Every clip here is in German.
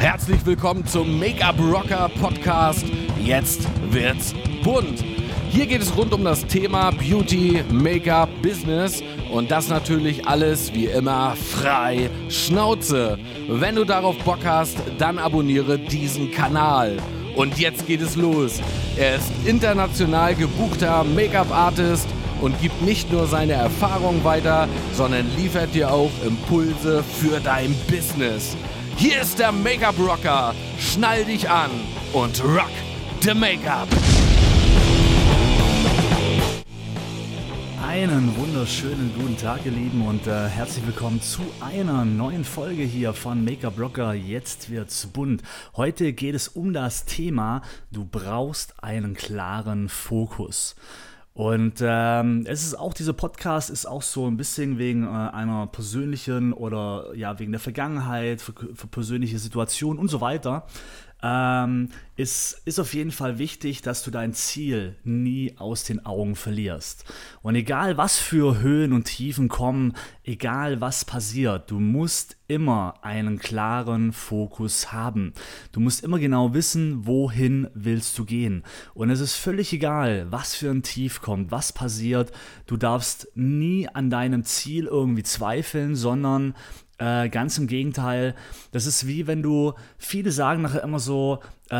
Herzlich willkommen zum Make-up Rocker Podcast. Jetzt wird's bunt. Hier geht es rund um das Thema Beauty, Make-up, Business und das natürlich alles wie immer frei Schnauze. Wenn du darauf Bock hast, dann abonniere diesen Kanal. Und jetzt geht es los. Er ist international gebuchter Make-up-Artist und gibt nicht nur seine Erfahrung weiter, sondern liefert dir auch Impulse für dein Business. Hier ist der Make-up Rocker. Schnall dich an und rock the Make-up. Einen wunderschönen guten Tag, ihr Lieben, und herzlich willkommen zu einer neuen Folge hier von Make-up Rocker. Jetzt wird's bunt. Heute geht es um das Thema, du brauchst einen klaren Fokus. Und es ist auch, dieser Podcast ist auch so ein bisschen wegen einer persönlichen oder ja wegen der Vergangenheit, für persönliche Situationen und so weiter. Ist auf jeden Fall wichtig, dass du dein Ziel nie aus den Augen verlierst. Und egal was für Höhen und Tiefen kommen, egal was passiert, du musst immer einen klaren Fokus haben. Du musst immer genau wissen, wohin willst du gehen. Und es ist völlig egal, was für ein Tief kommt, was passiert. Du darfst nie an deinem Ziel irgendwie zweifeln, sondern ganz im Gegenteil, das ist wie wenn du, viele sagen nachher immer so,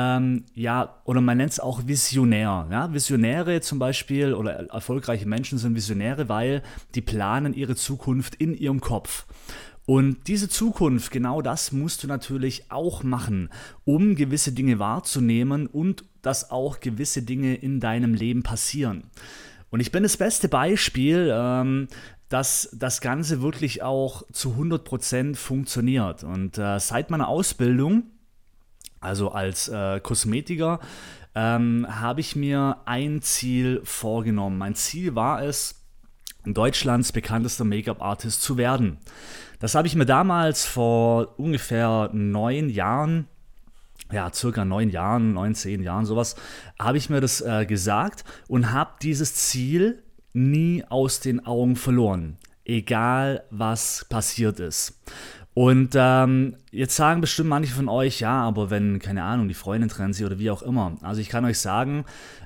oder man nennt es auch Visionär. Ja? Visionäre zum Beispiel oder erfolgreiche Menschen sind Visionäre, weil die planen ihre Zukunft in ihrem Kopf. Und diese Zukunft, genau das musst du natürlich auch machen, um gewisse Dinge wahrzunehmen und dass auch gewisse Dinge in deinem Leben passieren. Und ich bin das beste Beispiel, dass das Ganze wirklich auch zu 100% funktioniert. Und seit meiner Ausbildung, also als Kosmetiker, habe ich mir ein Ziel vorgenommen. Mein Ziel war es, Deutschlands bekanntester Make-up-Artist zu werden. Das habe ich mir damals vor ungefähr 9 Jahren, ja, circa 9 Jahren, 9, 10 Jahren, sowas, habe ich mir das gesagt und habe dieses Ziel nie aus den Augen verloren, egal was passiert ist. Und jetzt sagen bestimmt manche von euch, ja, aber wenn, keine Ahnung, die Freundin trennt sich oder wie auch immer. Also ich kann euch sagen,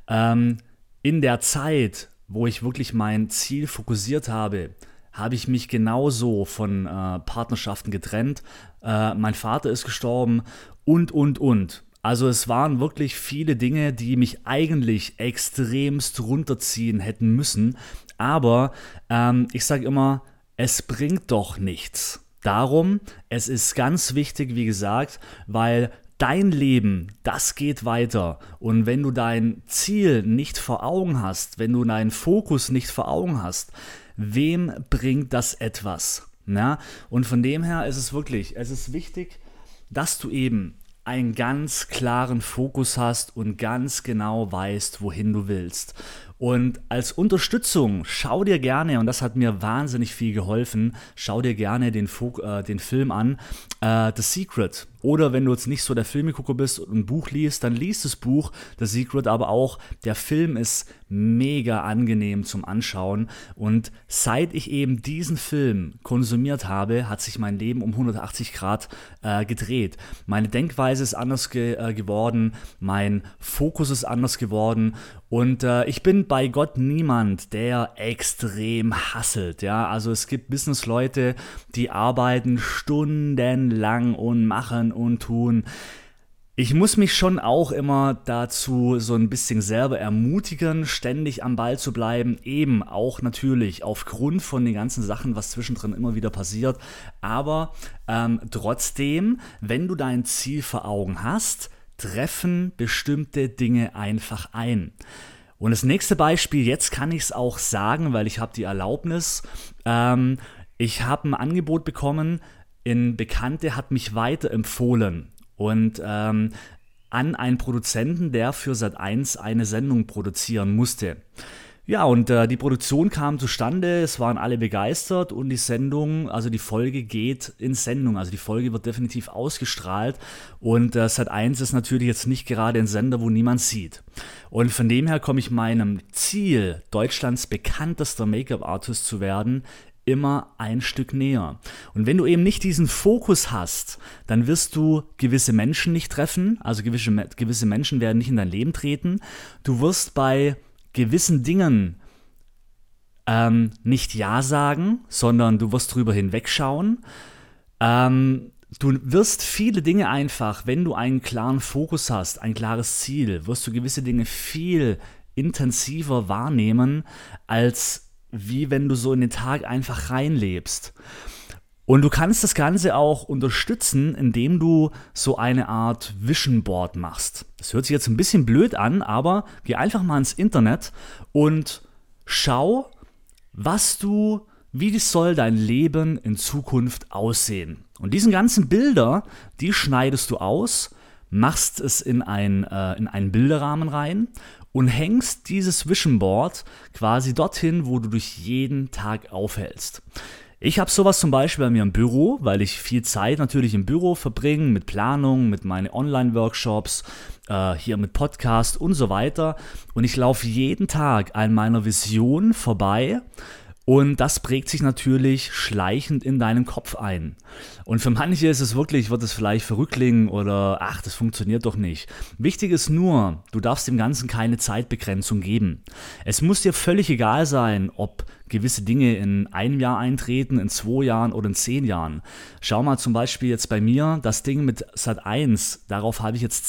in der Zeit, wo ich wirklich mein Ziel fokussiert habe, habe ich mich genauso von Partnerschaften getrennt. Mein Vater ist gestorben und. Also es waren wirklich viele Dinge, die mich eigentlich extremst runterziehen hätten müssen. Aber ich sage immer, es bringt doch nichts. Darum, es ist ganz wichtig, wie gesagt, weil dein Leben, das geht weiter. Und wenn du dein Ziel nicht vor Augen hast, wenn du deinen Fokus nicht vor Augen hast, wem bringt das etwas? Na? Und von dem her ist es wirklich, es ist wichtig, dass du eben einen ganz klaren Fokus hast und ganz genau weißt, wohin du willst. Und als Unterstützung schau dir gerne, und das hat mir wahnsinnig viel geholfen, schau dir gerne den Film an, The Secret. Oder wenn du jetzt nicht so der Filmegucker bist und ein Buch liest, dann liest das Buch The Secret, aber auch der Film ist mega angenehm zum Anschauen. Und seit ich eben diesen Film konsumiert habe, hat sich mein Leben um 180 Grad gedreht. Meine Denkweise ist anders geworden, mein Fokus ist anders geworden. Und ich bin bei Gott niemand, der extrem hasselt. Ja? Also es gibt Businessleute, die arbeiten stundenlang und machen und tun. Ich muss mich schon auch immer dazu so ein bisschen selber ermutigen, ständig am Ball zu bleiben, eben auch natürlich aufgrund von den ganzen Sachen, was zwischendrin immer wieder passiert. Aber trotzdem, wenn du dein Ziel vor Augen hast, treffen bestimmte Dinge einfach ein. Und das nächste Beispiel, jetzt kann ich es auch sagen, weil ich habe die Erlaubnis, ich habe ein Angebot bekommen, ein Bekannter hat mich weiterempfohlen und an einen Produzenten, der für Sat.1 eine Sendung produzieren musste. Ja, und die Produktion kam zustande, es waren alle begeistert und die Sendung, also die Folge geht in Sendung, also die Folge wird definitiv ausgestrahlt und Sat.1 ist natürlich jetzt nicht gerade ein Sender, wo niemand sieht. Und von dem her komme ich meinem Ziel, Deutschlands bekanntester Make-up-Artist zu werden, immer ein Stück näher. Und wenn du eben nicht diesen Fokus hast, dann wirst du gewisse Menschen nicht treffen, also gewisse Menschen werden nicht in dein Leben treten. Du wirst bei gewissen Dingen nicht Ja sagen, sondern du wirst drüber hinwegschauen. Du wirst viele Dinge einfach, wenn du einen klaren Fokus hast, ein klares Ziel, wirst du gewisse Dinge viel intensiver wahrnehmen, als wie wenn du so in den Tag einfach reinlebst. Und du kannst das Ganze auch unterstützen, indem du so eine Art Vision Board machst. Das hört sich jetzt ein bisschen blöd an, aber geh einfach mal ins Internet und schau, wie soll dein Leben in Zukunft aussehen. Und diesen ganzen Bilder, die schneidest du aus, machst es in einen Bilderrahmen rein und hängst dieses Vision Board quasi dorthin, wo du dich jeden Tag aufhältst. Ich habe sowas zum Beispiel bei mir im Büro, weil ich viel Zeit natürlich im Büro verbringe, mit Planung, mit meinen Online-Workshops, hier mit Podcast und so weiter. Und ich laufe jeden Tag an meiner Vision vorbei. Und das prägt sich natürlich schleichend in deinem Kopf ein. Und für manche ist es wirklich, wird es vielleicht verrückt klingen oder ach, das funktioniert doch nicht. Wichtig ist nur, du darfst dem Ganzen keine Zeitbegrenzung geben. Es muss dir völlig egal sein, ob gewisse Dinge in einem Jahr eintreten, in 2 Jahren oder in 10 Jahren. Schau mal zum Beispiel jetzt bei mir, das Ding mit Sat.1, darauf habe ich jetzt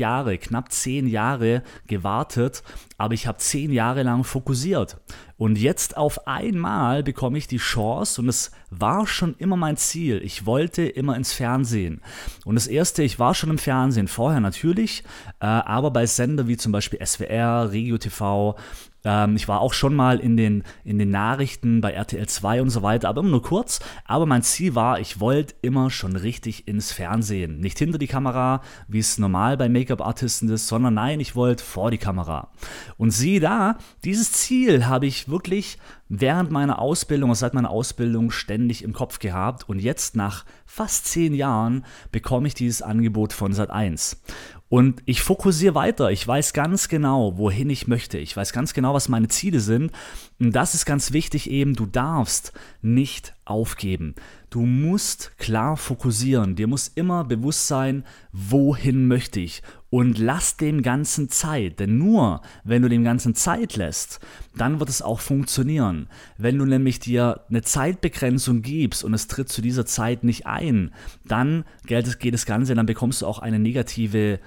knapp 10 Jahre gewartet, aber ich habe 10 Jahre lang fokussiert. Und jetzt auf einmal bekomme ich die Chance und es war schon immer mein Ziel. Ich wollte immer ins Fernsehen. Und das Erste, ich war schon im Fernsehen, vorher natürlich, aber bei Sender wie zum Beispiel SWR, Regio TV. Ich war auch schon mal in den Nachrichten bei RTL 2 und so weiter, aber immer nur kurz. Aber mein Ziel war, ich wollte immer schon richtig ins Fernsehen. Nicht hinter die Kamera, wie es normal bei Make-up-Artisten ist, sondern nein, ich wollte vor die Kamera. Und siehe da, dieses Ziel habe ich wirklich während meiner Ausbildung, seit meiner Ausbildung ständig im Kopf gehabt. Und jetzt nach fast 10 Jahren bekomme ich dieses Angebot von Sat.1. Und ich fokussiere weiter. Ich weiß ganz genau, wohin ich möchte. Ich weiß ganz genau, was meine Ziele sind. Und das ist ganz wichtig eben, du darfst nicht aufgeben. Du musst klar fokussieren. Dir muss immer bewusst sein, wohin möchte ich. Und lass dem Ganzen Zeit. Denn nur, wenn du dem Ganzen Zeit lässt, dann wird es auch funktionieren. Wenn du nämlich dir eine Zeitbegrenzung gibst und es tritt zu dieser Zeit nicht ein, dann geht das Ganze, dann bekommst du auch ein negatives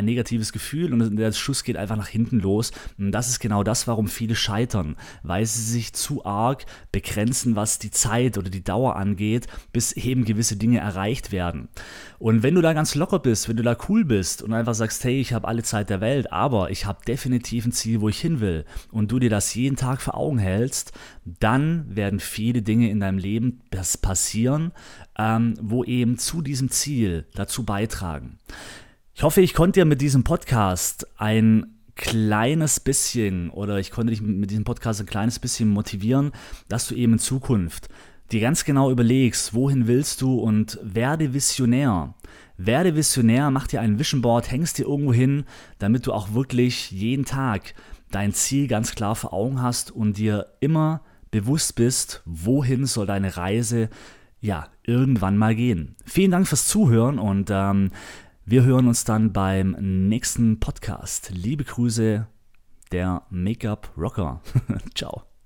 Gefühl und der Schuss geht einfach nach hinten los. Und das ist genau das, warum viele scheitern, weil sie sich zu arg begrenzen, was die Zeit oder die Dauer angeht, bis eben gewisse Dinge erreicht werden. Und wenn du da ganz locker bist, wenn du da cool bist und einfach sagst, hey, ich habe alle Zeit der Welt, aber ich habe definitiv ein Ziel, wo ich hin will und du dir das jeden Tag vor Augen hältst, dann werden viele Dinge in deinem Leben passieren, wo eben zu diesem Ziel dazu beitragen. Ich hoffe, ich konnte dir mit diesem Podcast ein kleines bisschen oder ich konnte dich mit diesem Podcast ein kleines bisschen motivieren, dass du eben in Zukunft dir ganz genau überlegst, wohin willst du und werde Visionär. Werde Visionär, mach dir ein Vision Board, hängst dir irgendwo hin, damit du auch wirklich jeden Tag dein Ziel ganz klar vor Augen hast und dir immer bewusst bist, wohin soll deine Reise irgendwann mal gehen. Vielen Dank fürs Zuhören und wir hören uns dann beim nächsten Podcast. Liebe Grüße, der Make-up Rocker. Ciao.